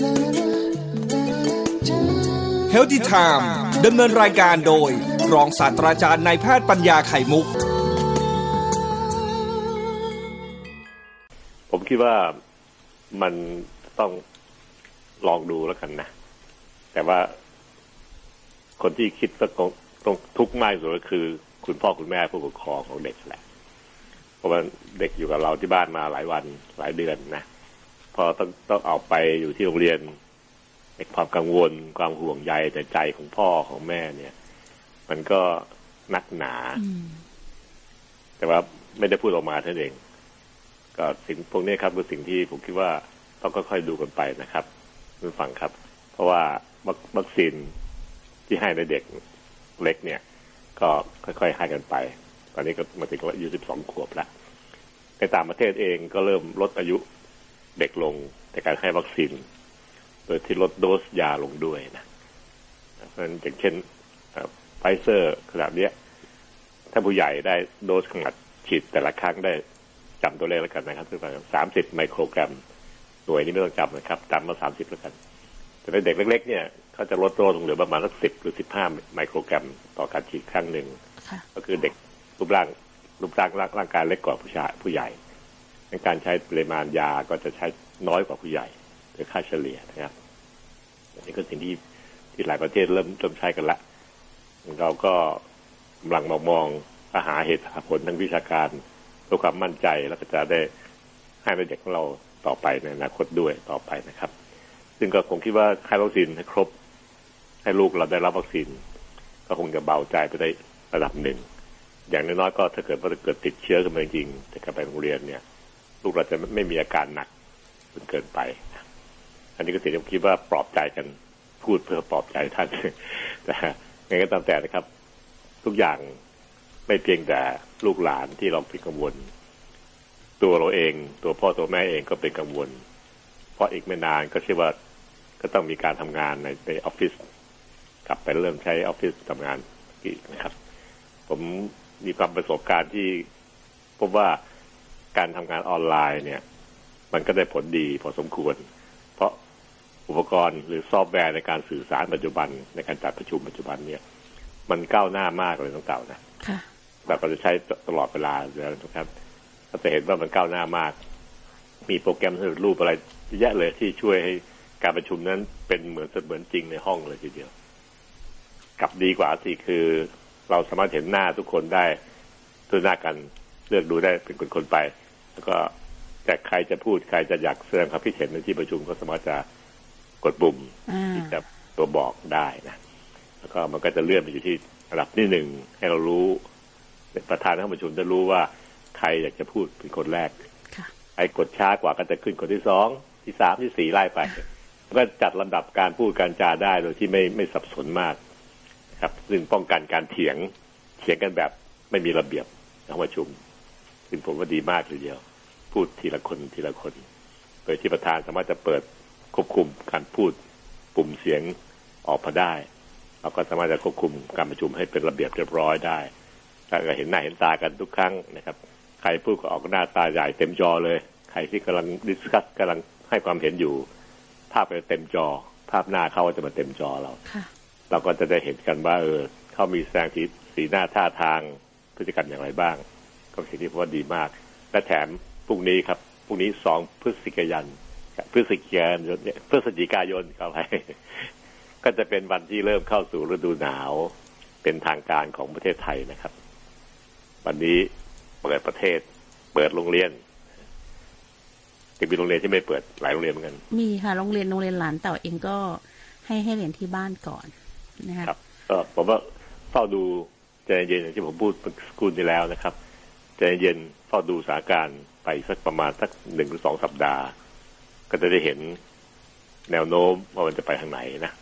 Healthy Time ดำเนินรายการโดยรองศาสตราจารย์นายแพทย์ปัญญาไข่มุกผมคิดว่ามันต้องลองดูแล้วกันนะแต่ว่าคนที่คิดว่าต้องทุกข์มากที่สุดก็คือคุณพ่อคุณแม่ผู้ปกครองของเด็กแหละเพราะว่าเด็กอยู่กับเราที่บ้านมาหลายวันหลายเดือนนะพอต้องเอาไปอยู่ที่โรงเรียนความกังวลความห่วงใยแต่ใจของพ่อของแม่เนี่ยมันก็นักหนาแต่ว่าไม่ได้พูดออกมาเท่านั้นเองก็สิ่งพวกนี้ครับเป็นสิ่งที่ผมคิดว่าต้องค่อยๆดูกันไปนะครับคุณฟังครับเพราะว่าวัคซีนที่ให้ในเด็กเล็กเนี่ยก็ค่อยๆให้กันไปตอนนี้ก็มาถึงอายุ12 ขวบแล้วในต่างประเทศเองก็เริ่มลดอายุเด็กลงในการให้วัคซีนโดยที่ลดโดสยาลงด้วยนะเพราะฉะนั้นอย่างเช่นไฟเซอร์ขนาดนี้ถ้าผู้ใหญ่ได้โดสขนาดฉีดแต่ละครั้งได้จำตัวเลขแล้วกันนะครับคือ30 ไมโครกรัมหน่วยนี้ไม่ต้องจำนะครับจำมา30แล้วกันแต่ในเด็กเล็กๆเนี่ยเขาจะลดโดสลงเหลือประมาณสัก10 หรือ 15 ไมโครกรัมต่อการฉีดครั้งหนึ่งก็คือเด็กรูปร่างร่างกายเล็กกว่าผู้ใหญ่ในการใช้ปริมาณยาก็จะใช้น้อยกว่าผู้ใหญ่โดยค่าเฉลี่ยนะครับอันนี้ก็สิ่งที่หลายประเทศเริ่มใช้กันละเราก็กำลังมองหาเหตุผลทางวิชาการเพื่อความมั่นใจแล้วก็จะได้ให้เด็กของเราต่อไปในอนาคตด้วยต่อไปนะครับซึ่งก็คงคิดว่าให้วัคซีนให้ครบให้ลูกเราได้รับวัคซีนก็คงจะเบาใจไปได้ระดับหนึ่งอย่างน้อยๆก็ถ้าเกิดว่าเกิดติดเชื้อขึ้นมาจริงๆแต่กลับไปโรงเรียนเนี่ยลูกเราจะไม่มีอาการหนักจนเกินไปอันนี้ก็สิ่งที่ผมคิดว่าปลอบใจกันพูดเพื่อปลอบใจท่านแต่ไงก็ตามแต่นะครับทุกอย่างไม่เพียงแต่ลูกหลานที่เราเป็นกังวลตัวเราเองตัวพ่อตัวแม่เองก็เป็นกังวลเพราะอีกไม่นานก็เชื่อว่าก็ต้องมีการทำงานในออฟฟิศกลับไปเริ่มใช้ออฟฟิศทำงานอีกนะครับผมมีความประสบการณ์ที่พบว่าการทำงานออนไลน์เนี่ยมันก็ได้ผลดีพอสมควรเพราะอุปกรณ์หรือซอฟต์แวร์ในการสื่อสารปัจจุบันในการจัดประชุมปัจจุบันเนี่ยมันก้าวหน้ามากเลยตั้งแต่นะเราก็จะใช้ตลอดเวลาเลยนะครับเราจะเห็นว่ามันก้าวหน้ามากมีโปรแกรมสำเร็จรูปอะไรเยอะแยะเลยที่ช่วยให้การประชุมนั้นเป็นเหมือนจริงในห้องเลยทีเดียวกับดีกว่าสิคือเราสามารถเห็นหน้าทุกคนได้ตัวหน้ากันเลือกดูได้เป็นคนๆไปแล้วก็แต่ใครจะพูดใครจะอยากแสดงความคิดเห็นในที่ประชุมก็สามารถจะกดปุ่มที่จะตัวบอกได้นะแล้วก็มันก็จะเลื่อนไปอยู่ที่ระดับที่ 1ให้เรารู้ประธานห้องประชุมจะรู้ว่าใครอยากจะพูดเป็นคนแรกใครกดช้ากว่าก็จะขึ้นคนที่2ที่3ที่4ไล่ไปก็จัดลำดับการพูดการจาได้โดยที่ไม่สับสนมากครับซึ่งป้องกันการเถียงกันแบบไม่มีระเบียบในห้องประชุมซึ่งผมว่าดีมากทีเดียวพูดทีละคนโดยที่ประธานสามารถจะเปิดควบคุมการพูดปุ่มเสียงออกมาได้เราก็สามารถจะควบคุมการประชุมให้เป็นระเบียบเรียบร้อยได้ถ้าเห็นหน้าเห็นตากันทุกครั้งนะครับใครพูดก็ออกหน้าตาใหญ่เต็มจอเลยใครที่กำลังดิสคัสกำลังให้ความเห็นอยู่ภาพเป็นเต็มจอภาพหน้าเขาจะมาเต็มจอเราก็จะได้เห็นกันว่าเขามีแสดงสีหน้าท่าทางพฤติกรรมอย่างไรบ้างก็สิ่งที่ผมว่าดีมากและแถมพรุ่งนี้ครับพรุ่งนี้2 พฤศจิกายนก็อะไรก็จะเป็นวันที่เริ่มเข้าสู่ฤดูหนาวเป็นทางการของประเทศไทยนะครับวันนี้เปิดประเทศเปิดโรงเรียนจะมีโรงเรียนที่ไม่เปิดหลายโรงเรียนเหมือนกันมีค่ะโรงเรียนหลานเต่าเองก็ให้เรียนที่บ้านก่อนนะครับผมว่าเฝ้าดูใจเย็นอย่างที่ผมพูดเมื่อสักครู่นี้แล้วนะครับใจเย็นเฝ้าดูสถานการณ์ไปสักประมาณสัก1 หรือ 2 สัปดาห์ก็จะได้เห็นแนวโน้มว่ามันจะไปทางไหนนะ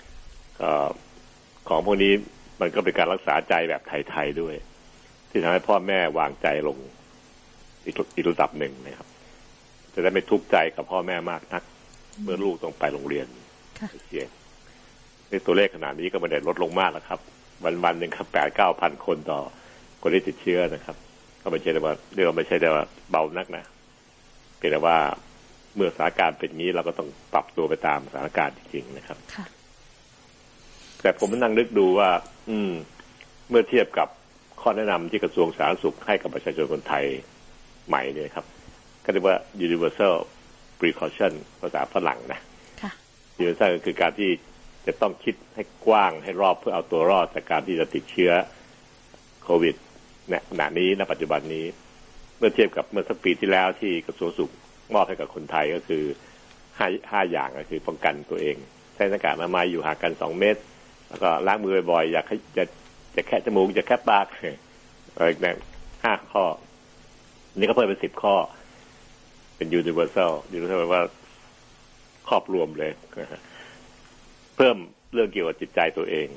ของพวกนี้มันก็เป็นการรักษาใจแบบไทยๆด้วยที่ทำให้พ่อแม่วางใจลงอีกระดับหนึ่งนะครับจะได้ไม่ทุกข์ใจกับพ่อแม่มากนักเมื่อลูกต้องไปโรงเรียนเสียในตัวเลขขนาดนี้ก็ไม่ได้ลดลงมากแล้วครับวันๆนึงครับ 8-9,000 คนต่อคนที่ติดเชื้อนะครับก็ไม่ใช่ว่าเรื่องไม่ใช่ว่าเบานักนะเพียงแต่ว่ามื่อสถานการณ์เป็นงี้เราก็ต้องปรับตัวไปตามสถานการณ์จริงๆนะครับแต่ผมนั่งนึกดูว่าเมื่อเทียบกับข้อแนะนำที่กระทรวงสาธารณสุขให้กับประชาชนคนไทยใหม่เนี่ยครับก็เรียกว่า universal precaution ภาษาฝรั่งนะ universal ก็คือการที่จะต้องคิดให้กว้างให้รอบเพื่อเอาตัวรอดจากการที่จะติดเชื้อโควิดขณะนี้ณปัจจุบันนี้เมื่อเทียบกับเมื่อสักปีที่แล้วที่กระทรวงสุขมอบให้กับคนไทยก็คือห้าอย่างก็คือป้องกันตัวเองใช้หน้ากากอนามัยอยู่ห่างกัน2 เมตรแล้วก็ล้างมือบ่อยๆอย่าจะแค่จมูกจะแค่ปากอะไรแบบ5 ข้อนี่ก็เพิ่มเป็น10 ข้อเป็น universal แปลว่าครอบรวมเลยเพิ่มเรื่องเกี่ยวกับจิตใจตัวเอง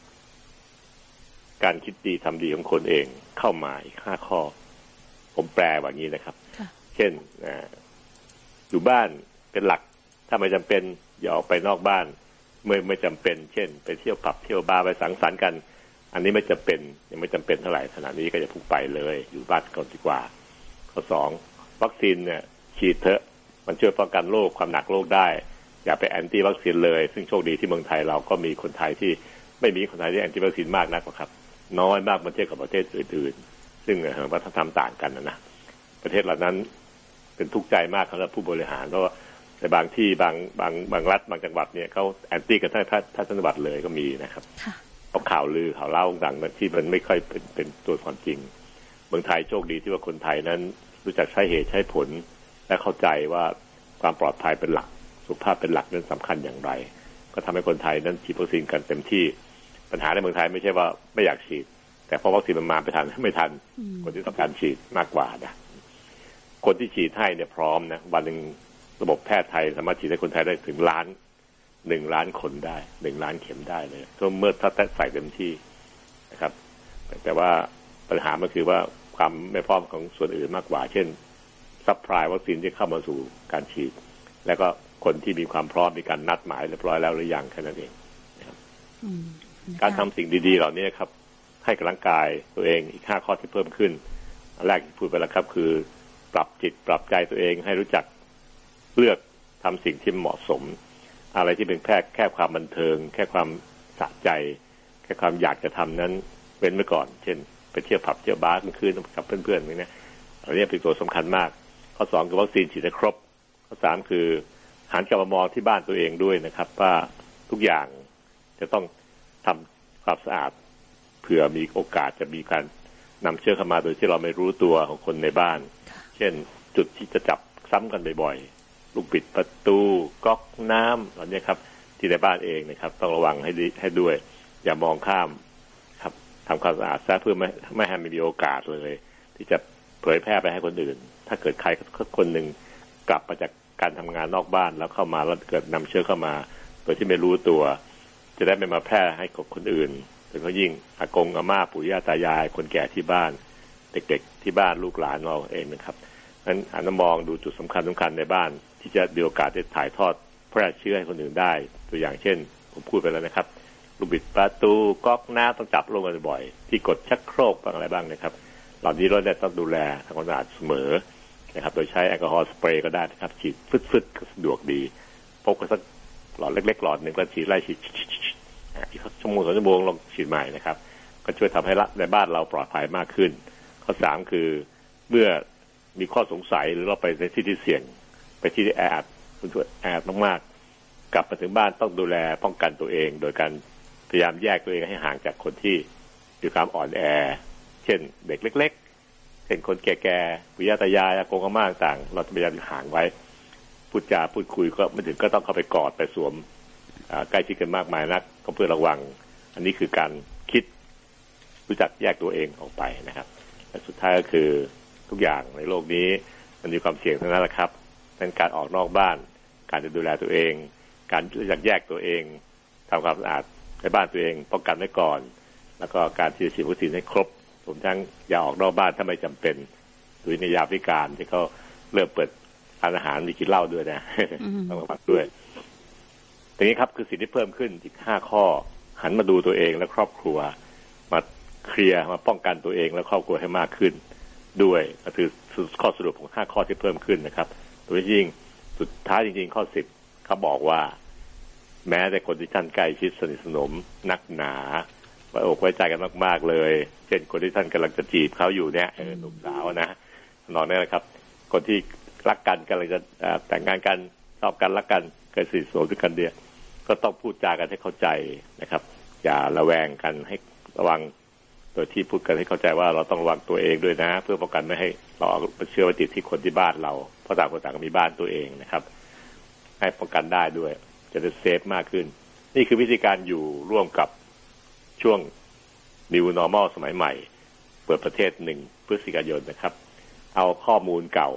การคิดดีทำดีของคนเองเข้ามาอีก5 ข้อผมแปลแบบนี้นะครับเช่นอยู่บ้านเป็นหลักถ้าไม่จำเป็นอย่าออกไปนอกบ้านเมื่อไม่จำเป็นเช่นไปเที่ยวผับเที่ยวบาร์ไปสังสรรค์กันอันนี้ไม่จำเป็นยังไม่จำเป็นเท่าไหร่ขณะนี้ก็จะพุ่งไปเลยอยู่บ้านก่อนดีกว่าข้อ2วัคซีนเนี่ยฉีดเถอะมันช่วยป้องกันโรคความหนักโรคได้อย่าไปแอนตี้วัคซีนเลยซึ่งโชคดีที่เมืองไทยเราก็มีคนไทยที่ไม่มีคนไทยที่แอนตี้วัคซีนมากนักครับน้อยมากเมื่อเทียบกับประเทศอื่นๆซึ่งวัฒนธรรมต่างกันนะประเทศเหล่านั้นเป็นทุกข์ใจมากสำหรับผู้บริหารเพราะว่าในบางที่บางรัฐบางจังหวัดเนี่ยเขาแอนตี้กันทั้งจังหวัดเลยก็มีนะครับเอาข่าวลือข่าวเล่าต่างๆที่มันไม่ค่อยเป็นตัวความจริงเมืองไทยโชคดีที่ว่าคนไทยนั้นรู้จักใช้เหตุใช้ผลและเข้าใจว่าความปลอดภัยเป็นหลักสุขภาพเป็นหลักนั้นสำคัญอย่างไรก็ทำให้คนไทยนั้นฉีดวัคซีนกันเต็มที่ปัญหาในเมืองไทยไม่ใช่ว่าไม่อยากฉีดแต่พอวัคซีนมันมาไม่ทันคนที่ต้องการฉีดมากกว่านะคนที่ฉีดให้เนี่ยพร้อมนะวันหนึ่งระบบแพทย์ไทยสามารถฉีดให้คนไทยได้ถึง1 ล้านคนได้1 ล้านเข็มได้เลยก็เมื่อถ้าใส่เต็มที่นะครับแต่ว่าปัญหามันคือว่าความไม่พร้อมของส่วนอื่นมากกว่าเช่นซัพพลายวัคซีนที่เข้ามาสู่การฉีดแล้วก็คนที่มีความพร้อมมีการนัดหมายเรียบร้อยแล้วหรือยังแค่นั้นเองนะครับการทำสิ่งดีๆเหล่านี้ครับให้กำลังกายตัวเองอีก5 ข้อที่เพิ่มขึ้นอันแรกที่พูดไปแล้วครับคือปรับจิตปรับใจตัวเองให้รู้จักเลือกทำสิ่งที่เหมาะสมอะไรที่เป็นแค่ความบันเทิงแค่ความสะใจแค่ความอยากจะทำนั้นเว้นไว้ก่อนเช่นไปเที่ยวผับเที่ยวบาร์กลางคืนกับเพื่อนๆนี่นะอันนี้เป็นตัวสำคัญมากข้อ2คือวัคซีนฉีดให้ครบข้อ3คือหันกลับมามองที่บ้านตัวเองด้วยนะครับว่าทุกอย่างจะต้องทำความสะอาดเผื่อมีโอกาสจะมีการนำเชื้อเข้ามาโดยที่เราไม่รู้ตัวของคนในบ้านเช่นจุดที่จะจับซ้ำกันบ่อยๆลูกบิดประตูก๊อกน้ำเหล่านี้ครับที่ในบ้านเองนะครับต้องระวังให้ด้วยอย่ามองข้ามครับทำความสะอาดซะเพื่อไม่ให้มีโอกาสเลยที่จะเผยแพร่ไปให้คนอื่นถ้าเกิดใครคนหนึ่งกลับมาจากการทำงานนอกบ้านแล้วเข้ามาแล้วเกิดนำเชื้อเข้ามาโดยที่ไม่รู้ตัวจะได้ไม่มาแพร่ให้กับคนอื่นโดยเฉพาะยิ่งอากงอาม่าปู่ย่าตายายคนแก่ที่บ้านเด็กๆที่บ้านลูกหลานเราเองนะครับนั้นหันมองดูจุดสำคัญในบ้านที่จะมีโอกาสได้ถ่ายทอดแพร่เชื้อให้คนอื่นได้ตัวอย่างเช่นผมพูดไปแล้วนะครับลูกบิดประตูก๊อกน้ำต้องจับลงกันบ่อยที่กดชักโครกบ้างอะไรบ้างนะครับเหล่านี้เราได้ต้องดูแลทำความสะอาดเสมอนะครับโดยใช้แอลกอฮอล์สเปรย์ก็ได้นะครับฉีดฟึดๆก็สะดวกดีพกกันสักหลอดเล็กๆหลอดหนึ่งก็ฉีดไล่ฉีดอีกชั่วโมง2 ชั่วโมงลองฉีดใหม่นะครับก็ช่วยทำให้ในบ้านเราปลอดภัยมากขึ้นข้อ3คือเมื่อมีข้อสงสัยหรือเราไปในที่ที่เสี่ยงไปที่แออัดมากๆกลับมาถึงบ้านต้องดูแลป้องกันตัวเองโดยการพยายามแยกตัวเองให้ห่างจากคนที่มีความอ่อนแอเช่นเด็กเล็กๆเช่นคนแก่ๆปู่ย่าตายายอากงอาม่าต่างเราพยายามห่างไว้พูดจาพูดคุยก็ไม่ถึงก็ต้องเข้าไปกอดไปสวมใกล้ชิดกันมากมายนักก็เพื่อระวังอันนี้คือการคิดรู้จักแยกตัวเองออกไปนะครับและสุดท้ายก็คือทุกอย่างในโลกนี้มันมีความเสี่ยงทั้งนั้นแหละครับทั้งการออกนอกบ้านการจะดูแลตัวเองการรู้จักแยกตัวเองทำความสะอาดในบ้านตัวเองป้องกันไว้ก่อนแล้วก็การที่จะฉีดวัคซีนให้ครบผมทั้งอย่าออกนอกบ้านถ้าไม่จำเป็นโดยในยามวิกาลที่เขาเริ่มเปิดอาหารมีกินเหล้าด้วยนะต้องระวังด้วยอย่างนี้ครับคือสิ่งที่เพิ่มขึ้นอีก5 ข้อหันมาดูตัวเองและครอบครัวมาเคลียร์มาป้องกันตัวเองและครอบครัวให้มากขึ้นด้วยก็คือข้อสรุปของ5 ข้อที่เพิ่มขึ้นนะครับโดยยิ่งสุดท้ายจริงๆข้อ10เขาบอกว่าแม้แต่คนที่ท่านใกล้ชิดสนิทสนมนักหนาไว้อกไว้ใจกันมากๆเลยเช่นคนที่ท่านกำลังจะจีบเขาอยู่เนี่ยหนุ่มสาวนะนอนนี่แหละครับคนที่รักกันกำลังจะแต่งงานกันชอบกันรักกันเคยสนิทสนมด้วยกันเดียวก็ต้องพูดจากันให้เข้าใจนะครับอย่าระแวงกันให้ระวังโดยที่พูดกันให้เข้าใจว่าเราต้องระวังตัวเองด้วยนะเพื่อป้องกันไม่ให้เราเอาเชื้อไปติดที่คนที่บ้านเราเพราะต่างคนต่างมีบ้านตัวเองนะครับให้ป้องกันได้ด้วยจะได้เซฟมากขึ้นนี่คือวิธีการอยู่ร่วมกับช่วง New Normal สมัยใหม่เปิดประเทศ1 พฤศจิกายนนะครับเอาข้อมูลเก่า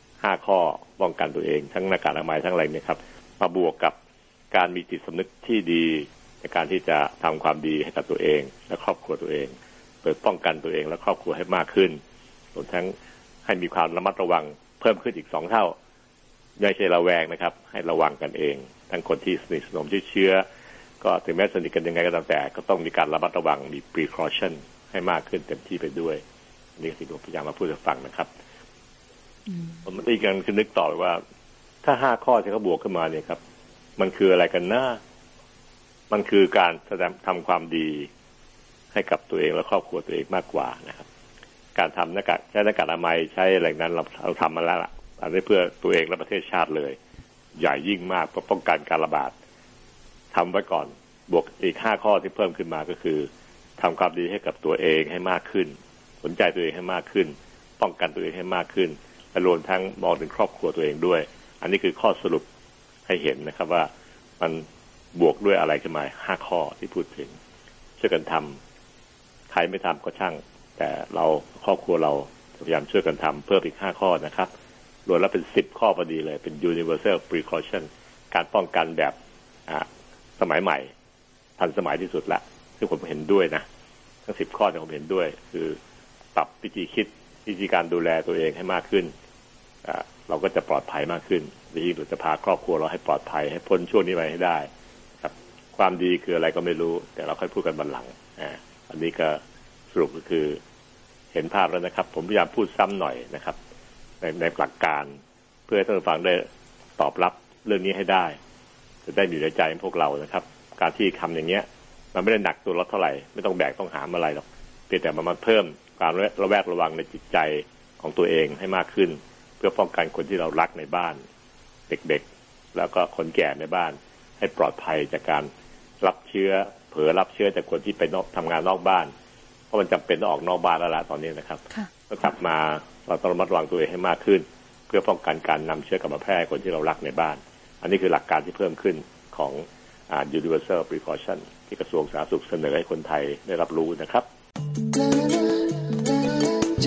5ข้อป้องกันตัวเองทั้งหน้ากากอนามัยทั้งอะไรเนี่ยครับมาบวกกับการมีจิตสำนึกที่ดีในการที่จะทำความดีให้กับตัวเองและครอบครัวตัวเองเปิดป้องกันตัวเองและครอบครัวให้มากขึ้นรวมทั้งให้มีความระมัดระวังเพิ่มขึ้นอีก2 เท่าไม่ใช่ระแวงนะครับให้ระวังกันเองทั้งคนที่สนิทสนมเชื้อก็ถึงแม้สนิทกันยังไงก็ตามแต่ก็ต้องมีการระมัดระวังมี precaution ให้มากขึ้นเต็มที่ไปด้วยนี่คือผมพยายามมาพูดให้ฟังนะครับผมอีกอย่างคือนึกต่อว่าถ้า5 ข้อที่เขาบวกขึ้นมาเนี่ยครับมันคืออะไรกันนะมันคือการทำความดีให้กับตัวเองและครอบครัวตัวเองมากกว่านะครับการทำหน้ากากใช้หน้ากากอนามัยใช้อะไรนั้นเราทำมาแล้วล่ะอันนี้เพื่อตัวเองและประเทศชาติเลยใหญ่ยิ่งมากเพื่อป้องกันการระบาดทำไว้ก่อนบวกอีก5 ข้อที่เพิ่มขึ้นมาก็คือทำความดีให้กับตัวเองให้มากขึ้นสนใจตัวเองให้มากขึ้นป้องกันตัวเองให้มากขึ้นและรวมทั้งมองถึงครอบครัวตัวเองด้วยอันนี้คือข้อสรุปให้เห็นนะครับว่ามันบวกด้วยอะไรขึ้นมา5 ข้อที่พูดถึงช่วยกันทำใครไม่ทำก็ช่างแต่เราครอบครัวเราพยายามช่วยกันทำเพิ่มอีก5 ข้อนะครับรวมแล้วเป็น10 ข้อพอดีเลยเป็น universal precaution การป้องกันแบบสมัยใหม่ทันสมัยที่สุดละซึ่งผมเห็นด้วยนะทั้ง10 ข้อที่ผมเห็นด้วยคือปรับวิธีคิดวิธีการดูแลตัวเองให้มากขึ้นเราก็จะปลอดภัยมากขึ้นวิธีเราจะพาครอบครัวเราให้ปลอดภัยให้พ้นช่วงนี้ไปให้ได้ครับความดีคืออะไรก็ไม่รู้แต่เราค่อยพูดกันบันหลังอันนี้ก็สรุปก็คือเห็นภาพแล้วนะครับผมพยายามพูดซ้ำหน่อยนะครับในหลักการเพื่อให้ท่านผู้ฟังได้ตอบรับเรื่องนี้ให้ได้จะได้อยู่ในใจพวกเรานะครับการที่ทำอย่างเงี้ยมันไม่ได้หนักตัวเราเท่าไหร่ไม่ต้องแบกต้องหามอะไรหรอกเพียงแต่มันเพิ่มการระแวดระวังในจิตใจของตัวเองให้มากขึ้นเพื่อป้องกันคนที่เรารักในบ้านเด็กๆแล้วก็คนแก่ในบ้านให้ปลอดภัยจากการรับเชื้อเผลอรับเชื้อจากคนที่ไปทำงานนอกบ้านเพราะมันจำเป็นต้องออกนอกบ้านแล้วล่ะตอนนี้นะครับก็กลับมาเราต้องระมัดระวังตัวเองให้มากขึ้นเพื่อป้องกันการนำเชื้อกลับมาแพร่คนที่เรารักในบ้านอันนี้คือหลักการที่เพิ่มขึ้นของuniversal precaution ที่กระทรวงสาธารณสุขเสนอให้คนไทยได้รับรู้นะครับ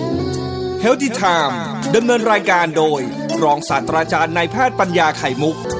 Healthy Time ดำเนินรายการโดยรองศาสตราจารย์นายแพทย์ปัญญาไข่มุก